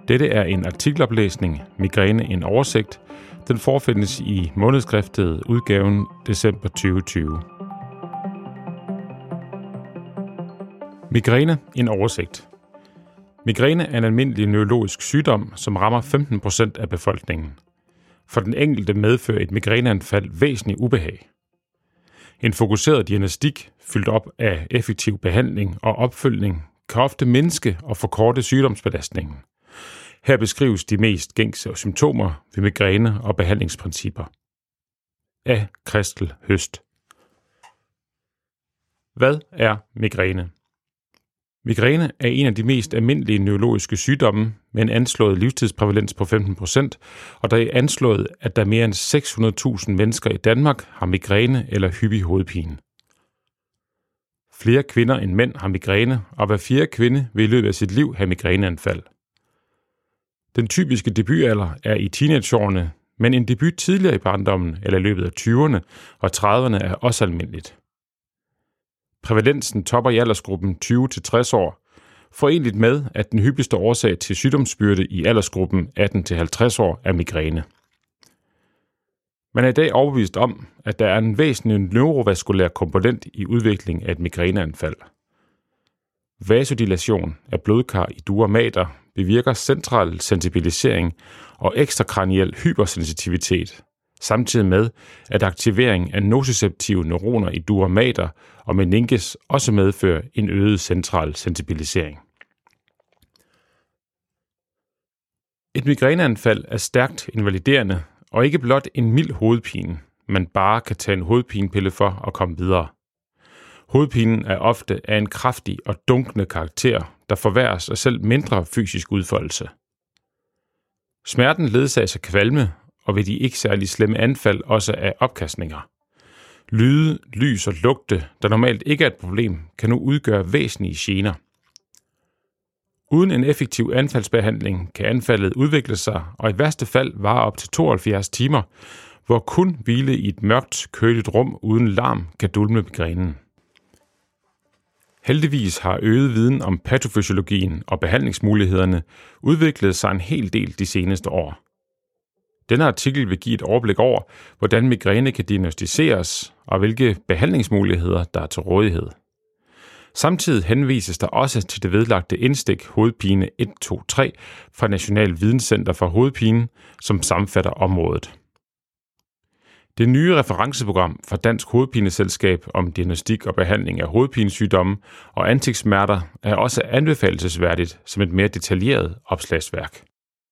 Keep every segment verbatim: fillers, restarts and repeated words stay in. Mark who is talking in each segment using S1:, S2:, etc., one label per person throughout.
S1: Dette er en artikeloplæsning, Migræne en oversigt. Den forfindes i månedskriftet udgaven december tyve tyve. Migræne en oversigt. Migræne er en almindelig neurologisk sygdom, som rammer femten procent af befolkningen. For den enkelte medfører et migræneanfald væsentlig ubehag. En fokuseret diagnostik, fyldt op af effektiv behandling og opfølgning, kan ofte mindske og forkorte sygdomsbelastningen. Her beskrives de mest gængse symptomer ved migræne og behandlingsprincipper. Af Christel Høst. Hvad er migræne? Migræne er en af de mest almindelige neurologiske sygdomme med en anslået livstidsprævalens på femten procent, og der er anslået, at der er mere end seks hundrede tusind mennesker i Danmark har migræne eller hyppig hovedpine. Flere kvinder end mænd har migræne, og hver fjerde kvinde vil i løbet af sit liv have migræneanfald. Den typiske debutalder er i teenageårene, men en debut tidligere i barndommen eller i løbet af tyverne og trediverne er også almindeligt. Prævalensen topper i aldersgruppen tyve til tres år, forenligt med, at den hyppigste årsag til sygdomsbyrde i aldersgruppen atten til halvtreds år er migræne. Man er i dag overbevist om, at der er en væsentlig neurovaskulær komponent i udviklingen af et migræneanfald. Vasodilation af blodkar i dura mater bevirker central sensibilisering og ekstrakraniel hypersensitivitet, samtidig med, at aktivering af nociceptive neuroner i dura mater og meninges også medfører en øget central sensibilisering. Et migræneanfald er stærkt invaliderende og ikke blot en mild hovedpine, man bare kan tage en hovedpinepille for at komme videre. Hovedpinen er ofte af en kraftig og dunkende karakter, der forværres af selv mindre fysisk udfoldelse. Smerten ledsages af kvalme, og ved de ikke særlig slemme anfald også af opkastninger. Lyde, lys og lugte, der normalt ikke er et problem, kan nu udgøre væsentlige gener. Uden en effektiv anfaldsbehandling kan anfaldet udvikle sig og i værste fald vare op til tooghalvfjerds timer, hvor kun hvile i et mørkt, køligt rum uden larm kan dulme migrænen. Heldigvis har øget viden om patofysiologien og behandlingsmulighederne udviklet sig en hel del de seneste år. Denne artikel vil give et overblik over, hvordan migræne kan diagnosticeres og hvilke behandlingsmuligheder der er til rådighed. Samtidig henvises der også til det vedlagte indstik hovedpine et to tre fra National Videnscenter for Hovedpine, som sammenfatter området. Det nye referenceprogram fra Dansk Hovedpineselskab om diagnostik og behandling af hovedpinesygdomme og ansigtssmerter er også anbefalelsesværdigt som et mere detaljeret opslagsværk.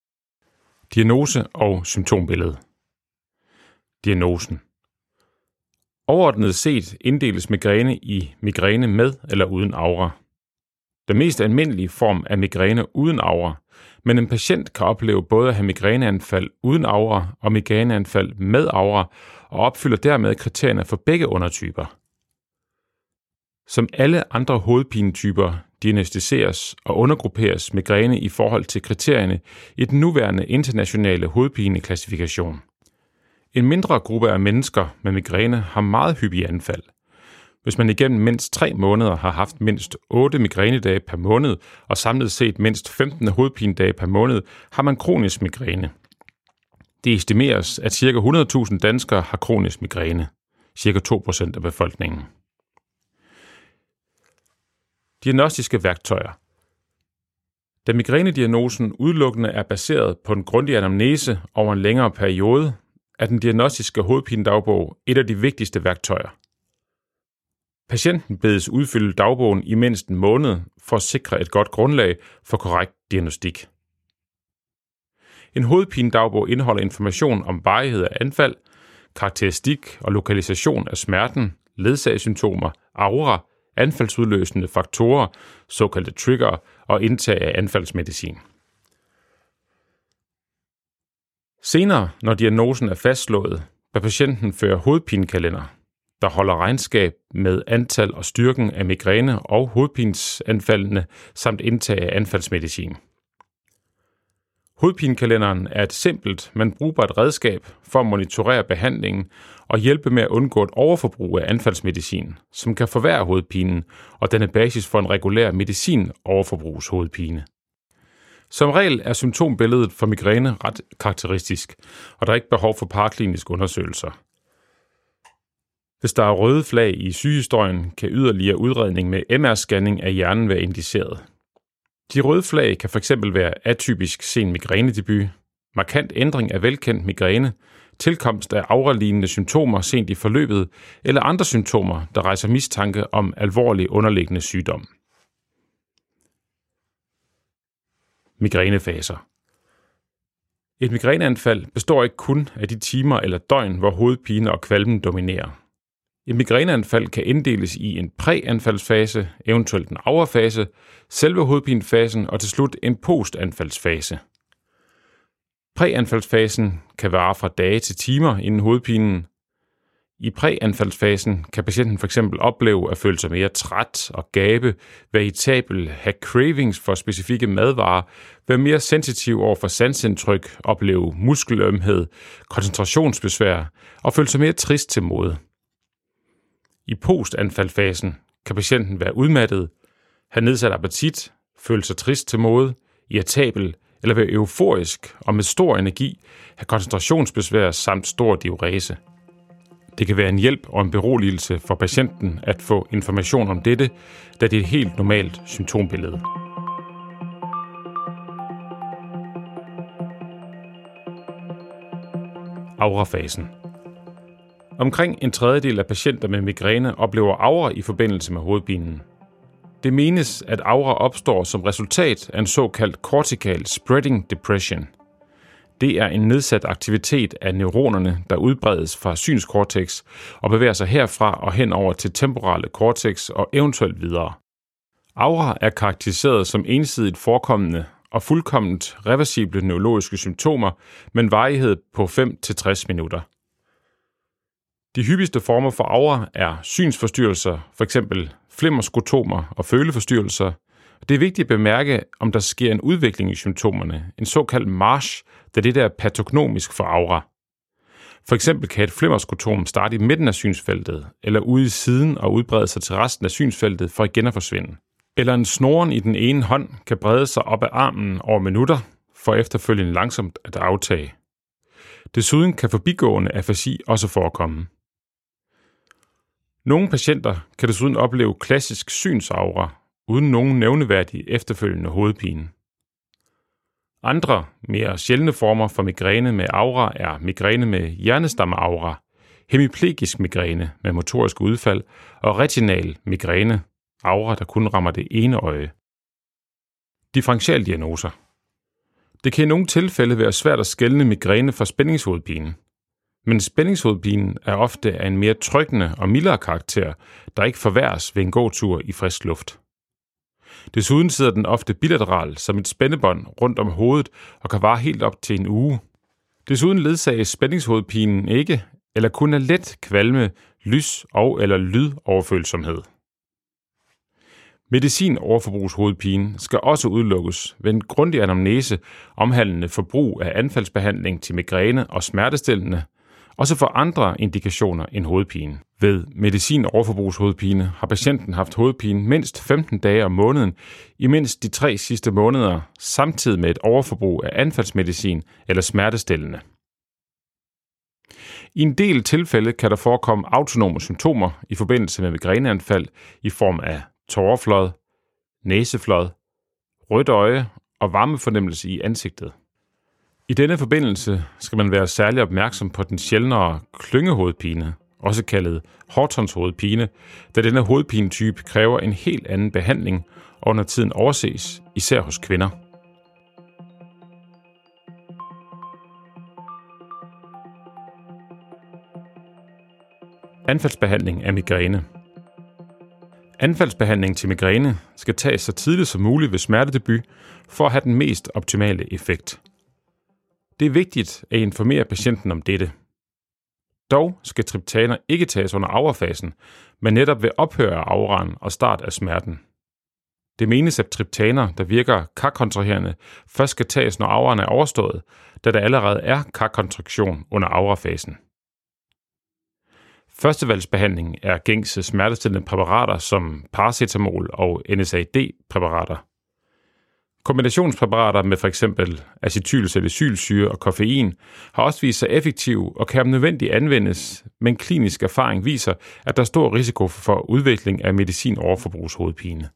S1: Diagnose og symptombillede. Diagnosen. Overordnet set inddeles migræne i migræne med eller uden aura. Den mest almindelige form er migræne uden aura, men en patient kan opleve både at have migræneanfald uden aura og migræneanfald med aura og opfylder dermed kriterierne for begge undertyper. Som alle andre hovedpinetyper diagnosticeres og undergrupperes migræne i forhold til kriterierne i den nuværende internationale hovedpineklassifikation. En mindre gruppe af mennesker med migræne har meget hyppige anfald. Hvis man igennem mindst tre måneder har haft mindst otte migrænedage per måned og samlet set mindst femten hovedpinedage per måned, har man kronisk migræne. Det estimeres, at ca. hundrede tusind danskere har kronisk migræne, ca. to procent af befolkningen. Diagnostiske værktøjer. Da migrænediagnosen udelukkende er baseret på en grundig anamnese over en længere periode, er den diagnostiske hovedpinedagbog et af de vigtigste værktøjer. Patienten bedes udfylde dagbogen i mindst en måned for at sikre et godt grundlag for korrekt diagnostik. En hovedpinedagbog indeholder information om varighed af anfald, karakteristik og lokalisation af smerten, ledsagesymptomer, aura, anfaldsudløsende faktorer, såkaldte trigger og indtag af anfaldsmedicin. Senere, når diagnosen er fastslået, bør patienten føre hovedpinekalender, der holder regnskab med antal og styrken af migræne og hovedpinesanfaldene samt indtag af anfaldsmedicin. Hovedpinekalenderen er et simpelt, men brugbart redskab for at monitorere behandlingen og hjælpe med at undgå et overforbrug af anfaldsmedicin, som kan forværre hovedpinen og danne basis for en regulær medicin-overforbrugshovedpine. Som regel er symptombilledet for migræne ret karakteristisk, og der er ikke behov for parakliniske undersøgelser. Hvis der er røde flag i sygehistorien, kan yderligere udredning med M R-scanning af hjernen være indiceret. De røde flag kan fx være atypisk sen migrænedebut, markant ændring af velkendt migræne, tilkomst af auralignende symptomer sent i forløbet eller andre symptomer, der rejser mistanke om alvorlig underliggende sygdom. Migrænefaser. Et migræneanfald består ikke kun af de timer eller døgn, hvor hovedpine og kvalmen dominerer. Et migræneanfald kan inddeles i en præanfaldsfase, eventuelt en aurafase, selve hovedpinefasen og til slut en postanfaldsfase. Præanfaldsfasen kan vare fra dage til timer inden hovedpinen. I præanfaldsfasen kan patienten fx opleve at føle sig mere træt og gabe, være irritabel, have cravings for specifikke madvarer, være mere sensitiv over for sansindtryk, opleve muskelømhed, koncentrationsbesvær og føle sig mere trist til mode. I postanfaldsfasen kan patienten være udmattet, have nedsat appetit, føle sig trist til mode, irritabel eller være euforisk og med stor energi, have koncentrationsbesvær samt stor diurese. Det kan være en hjælp og en beroligelse for patienten at få information om dette, da det er et helt normalt symptombillede. Aurafasen. Omkring en tredjedel af patienter med migræne oplever aura i forbindelse med hovedpinen. Det menes, at aura opstår som resultat af en såkaldt cortical spreading depression. Det er en nedsat aktivitet af neuronerne, der udbredes fra synskortex og bevæger sig herfra og hen over til temporale cortex og eventuelt videre. Aura er karakteriseret som ensidigt forekommende og fuldkomment reversible neurologiske symptomer med en varighed på fem til tres minutter. De hyppigste former for aura er synsforstyrrelser, f.eks. flimmerskotomer og føleforstyrrelser. Det er vigtigt at bemærke, om der sker en udvikling i symptomerne, en såkaldt march, da det er patognomisk for aura. For eksempel kan et flimmerskotom starte i midten af synsfeltet, eller ude i siden og udbrede sig til resten af synsfeltet for igen at forsvinde. Eller en snoren i den ene hånd kan brede sig op ad armen over minutter, for efterfølgende langsomt at aftage. Desuden kan forbigående afasi også forekomme. Nogle patienter kan desuden opleve klassisk synsaura, uden nogen nævneværdig efterfølgende hovedpine. Andre, mere sjældne former for migræne med aura er migræne med hjernestammeaura, hemiplegisk migræne med motorisk udfald og retinal migræne, aura, der kun rammer det ene øje. Differentialdiagnoser. Det kan i nogle tilfælde være svært at skelne migræne fra spændingshovedpine, men spændingshovedpinen er ofte af en mere trykkende og mildere karakter, der ikke forværres ved en gåtur i frisk luft. Desuden sidder den ofte bilateralt som et spændebånd rundt om hovedet og kan vare helt op til en uge. Desuden ledsages spændingshovedpinen ikke eller kun af let kvalme, lys- og eller lydoverfølsomhed. Medicinoverforbrugshovedpine skal også udelukkes ved en grundig anamnese omhandlende forbrug af anfaldsbehandling til migræne og smertestillende, også for andre indikationer end hovedpine. Ved medicinoverforbrugshovedpine har patienten haft hovedpine mindst femten dage om måneden i mindst de tre sidste måneder, samtidig med et overforbrug af anfaldsmedicin eller smertestillende. I en del tilfælde kan der forekomme autonome symptomer i forbindelse med migræneanfald i form af tårerflåd, næseflåd, rødt øje og varmefornemmelse i ansigtet. I denne forbindelse skal man være særlig opmærksom på den sjældnere klyngehovedpine, også kaldet Hortons-hovedpine, da denne hovedpinetype kræver en helt anden behandling og under tiden overses, især hos kvinder. Anfaldsbehandling af migræne. Anfaldsbehandling til migræne skal tages så tidligt som muligt ved smertedebut for at have den mest optimale effekt. Det er vigtigt at informere patienten om dette. Dog skal triptaner ikke tages under aurafasen, men netop ved ophør af auraen og start af smerten. Det menes, at triptaner, der virker karkontraherende, først skal tages, når auraen er overstået, da der allerede er karkontraktion under aurafasen. Førstevalgsbehandling er gængse smertestillende præparater som paracetamol og N S A I D-præparater. Kombinationspræparater med f.eks. acetylsalicylsyre og koffein har også vist sig effektive og kan om nødvendigt anvendes, men klinisk erfaring viser, at der er stor risiko for udvikling af medicin-overforbrugshovedpine.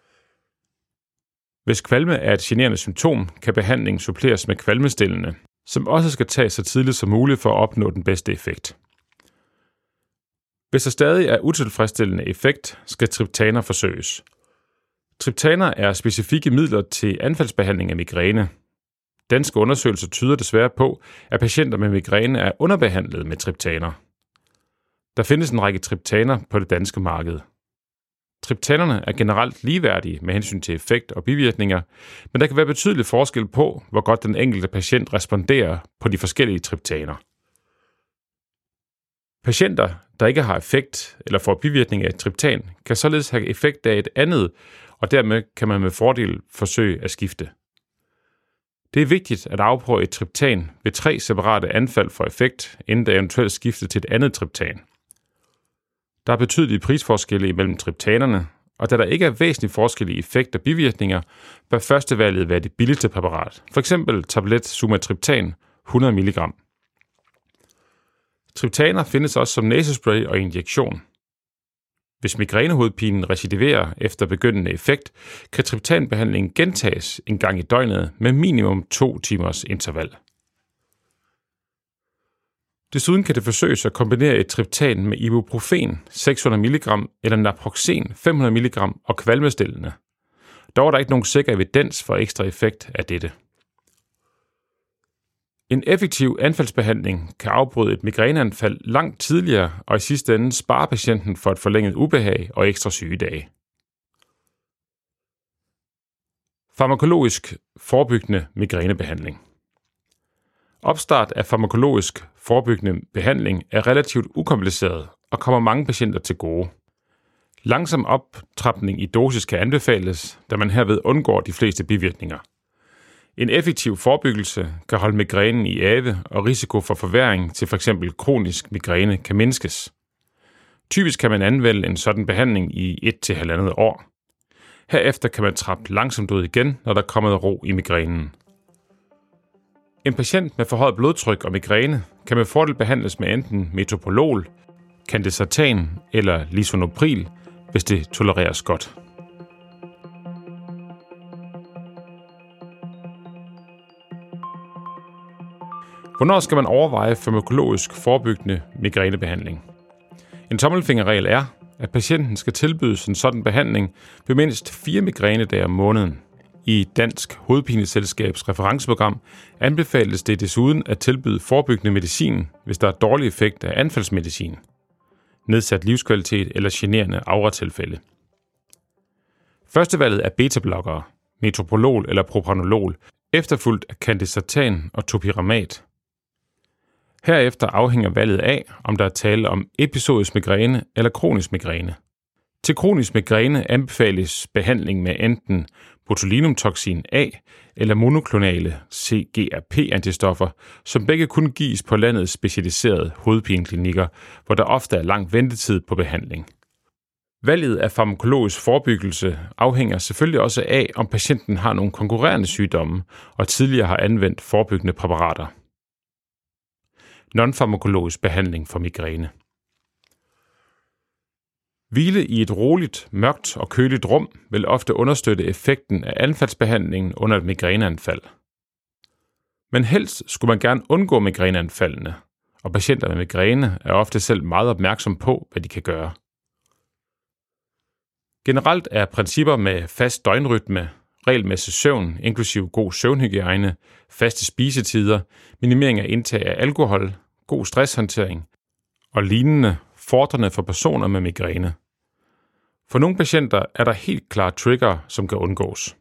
S1: Hvis kvalme er et generende symptom, kan behandlingen suppleres med kvalmestillende, som også skal tages så tidligt som muligt for at opnå den bedste effekt. Hvis der stadig er utilfredsstillende effekt, skal triptaner forsøges. Triptaner er specifikke midler til anfaldsbehandling af migræne. Danske undersøgelser tyder desværre på, at patienter med migræne er underbehandlet med triptaner. Der findes en række triptaner på det danske marked. Triptanerne er generelt ligeværdige med hensyn til effekt og bivirkninger, men der kan være betydelig forskel på, hvor godt den enkelte patient responderer på de forskellige triptaner. Patienter, der ikke har effekt eller får bivirkning af et triptan, kan således have effekt af et andet, og dermed kan man med fordel forsøge at skifte. Det er vigtigt at afprøve et triptan ved tre separate anfald for effekt, inden der eventuelt skifter til et andet triptan. Der er betydelige prisforskelle imellem triptanerne, og da der ikke er væsentlig forskel i effekt og bivirkninger, bør førstevalget være det billigste præparat, f.eks. tablet sumatriptan hundrede milligram. Triptaner findes også som næsespray og injektion. Hvis migrænehovedpinen recidiverer efter begyndende effekt, kan triptanbehandlingen gentages en gang i døgnet med minimum to timers interval. Desuden kan det forsøges at kombinere et triptan med ibuprofen seks hundrede milligram eller naproxen fem hundrede milligram og kvalmestillende. Dog er der ikke nogen sikker evidens for ekstra effekt af dette. En effektiv anfaldsbehandling kan afbryde et migræneanfald langt tidligere og i sidste ende spare patienten for et forlænget ubehag og ekstra sygedage. Farmakologisk forebyggende migrænebehandling. Opstart af farmakologisk forebyggende behandling er relativt ukompliceret og kommer mange patienter til gode. Langsom optrapning i dosis kan anbefales, da man herved undgår de fleste bivirkninger. En effektiv forebyggelse kan holde migrænen i ave, og risiko for forværring til f.eks. kronisk migræne kan mindskes. Typisk kan man anvende en sådan behandling i et til halvandet år. Herefter kan man trappe langsomt ud igen, når der er kommet ro i migrænen. En patient med forhøjet blodtryk og migræne kan med fordel behandles med enten metoprolol, candesartan eller lisinopril, hvis det tolereres godt. Hvornår skal man overveje farmakologisk forebyggende migrænebehandling? En tommelfingerregel er, at patienten skal tilbydes en sådan behandling ved mindst fire migrænedage om måneden. I Dansk Hovedpineselskabs referenceprogram anbefales det desuden at tilbyde forebyggende medicin, hvis der er dårlig effekt af anfaldsmedicin, nedsat livskvalitet eller generende auratilfælde. Førstevalget er beta-blokkere, metoprolol eller propranolol, efterfulgt af candesartan og topiramat. Herefter afhænger valget af, om der er tale om episodisk migræne eller kronisk migræne. Til kronisk migræne anbefales behandling med enten botulinumtoxin A eller monoklonale C G R P-antistoffer, som begge kun gives på landets specialiserede hovedpineklinikker, hvor der ofte er lang ventetid på behandling. Valget af farmakologisk forebyggelse afhænger selvfølgelig også af, om patienten har nogle konkurrerende sygdomme og tidligere har anvendt forebyggende præparater. Non-farmakologisk behandling for migræne. Hvile i et roligt, mørkt og køligt rum vil ofte understøtte effekten af anfaldsbehandlingen under et migræneanfald. Men helst skulle man gerne undgå migræneanfaldene, og patienter med migræne er ofte selv meget opmærksom på, hvad de kan gøre. Generelt er principper med fast døgnrytme, regelmæssig søvn, inklusive god søvnhygiejne, faste spisetider, minimering af indtag af alkohol, god stresshåndtering og lignende fordrende for personer med migræne. For nogle patienter er der helt klare trigger, som kan undgås.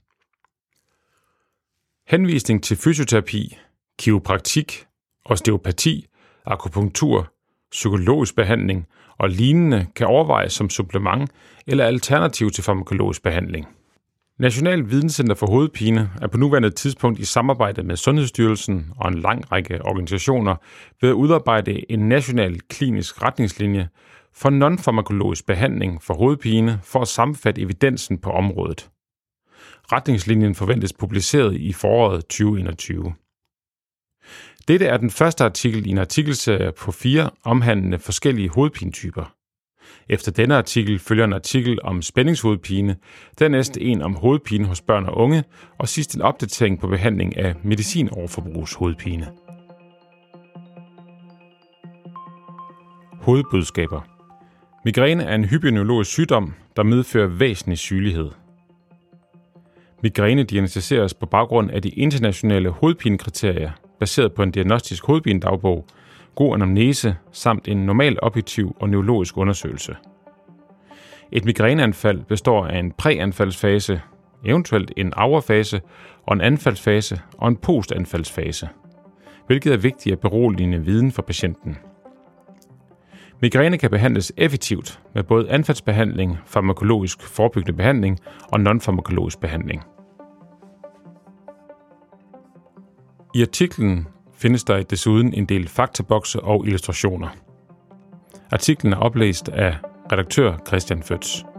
S1: Henvisning til fysioterapi, kiropraktik, osteopati, akupunktur, psykologisk behandling og lignende kan overvejes som supplement eller alternativ til farmakologisk behandling. National Videnscenter for Hovedpine er på nuværende tidspunkt i samarbejde med Sundhedsstyrelsen og en lang række organisationer ved at udarbejde en national klinisk retningslinje for non-farmakologisk behandling for hovedpine for at sammenfatte evidensen på området. Retningslinjen forventes publiceret i foråret tyve enogtyve. Dette er den første artikel i en artikelserie på fire omhandlende forskellige hovedpinetyper. Efter denne artikel følger en artikel om spændingshovedpine, dernæst en om hovedpine hos børn og unge, og sidst en opdatering på behandling af medicinoverforbrugshovedpine. Hovedbudskaber. Migræne er en hyppig neurologisk sygdom, der medfører væsentlig sygelighed. Migræne diagnosticeres på baggrund af de internationale hovedpinekriterier, baseret på en diagnostisk hovedpinedagbog, god anamnese samt en normal objektiv og neurologisk undersøgelse. Et migræneanfald består af en præanfaldsfase, eventuelt en aurafase, og en anfaldsfase og en postanfaldsfase, hvilket er vigtigt at beroligende viden for patienten. Migræne kan behandles effektivt med både anfaldsbehandling, farmakologisk forebyggende behandling og non-farmakologisk behandling. I artiklen findes der desuden en del faktabokse og illustrationer. Artiklen er oplæst af redaktør Christian Føtz.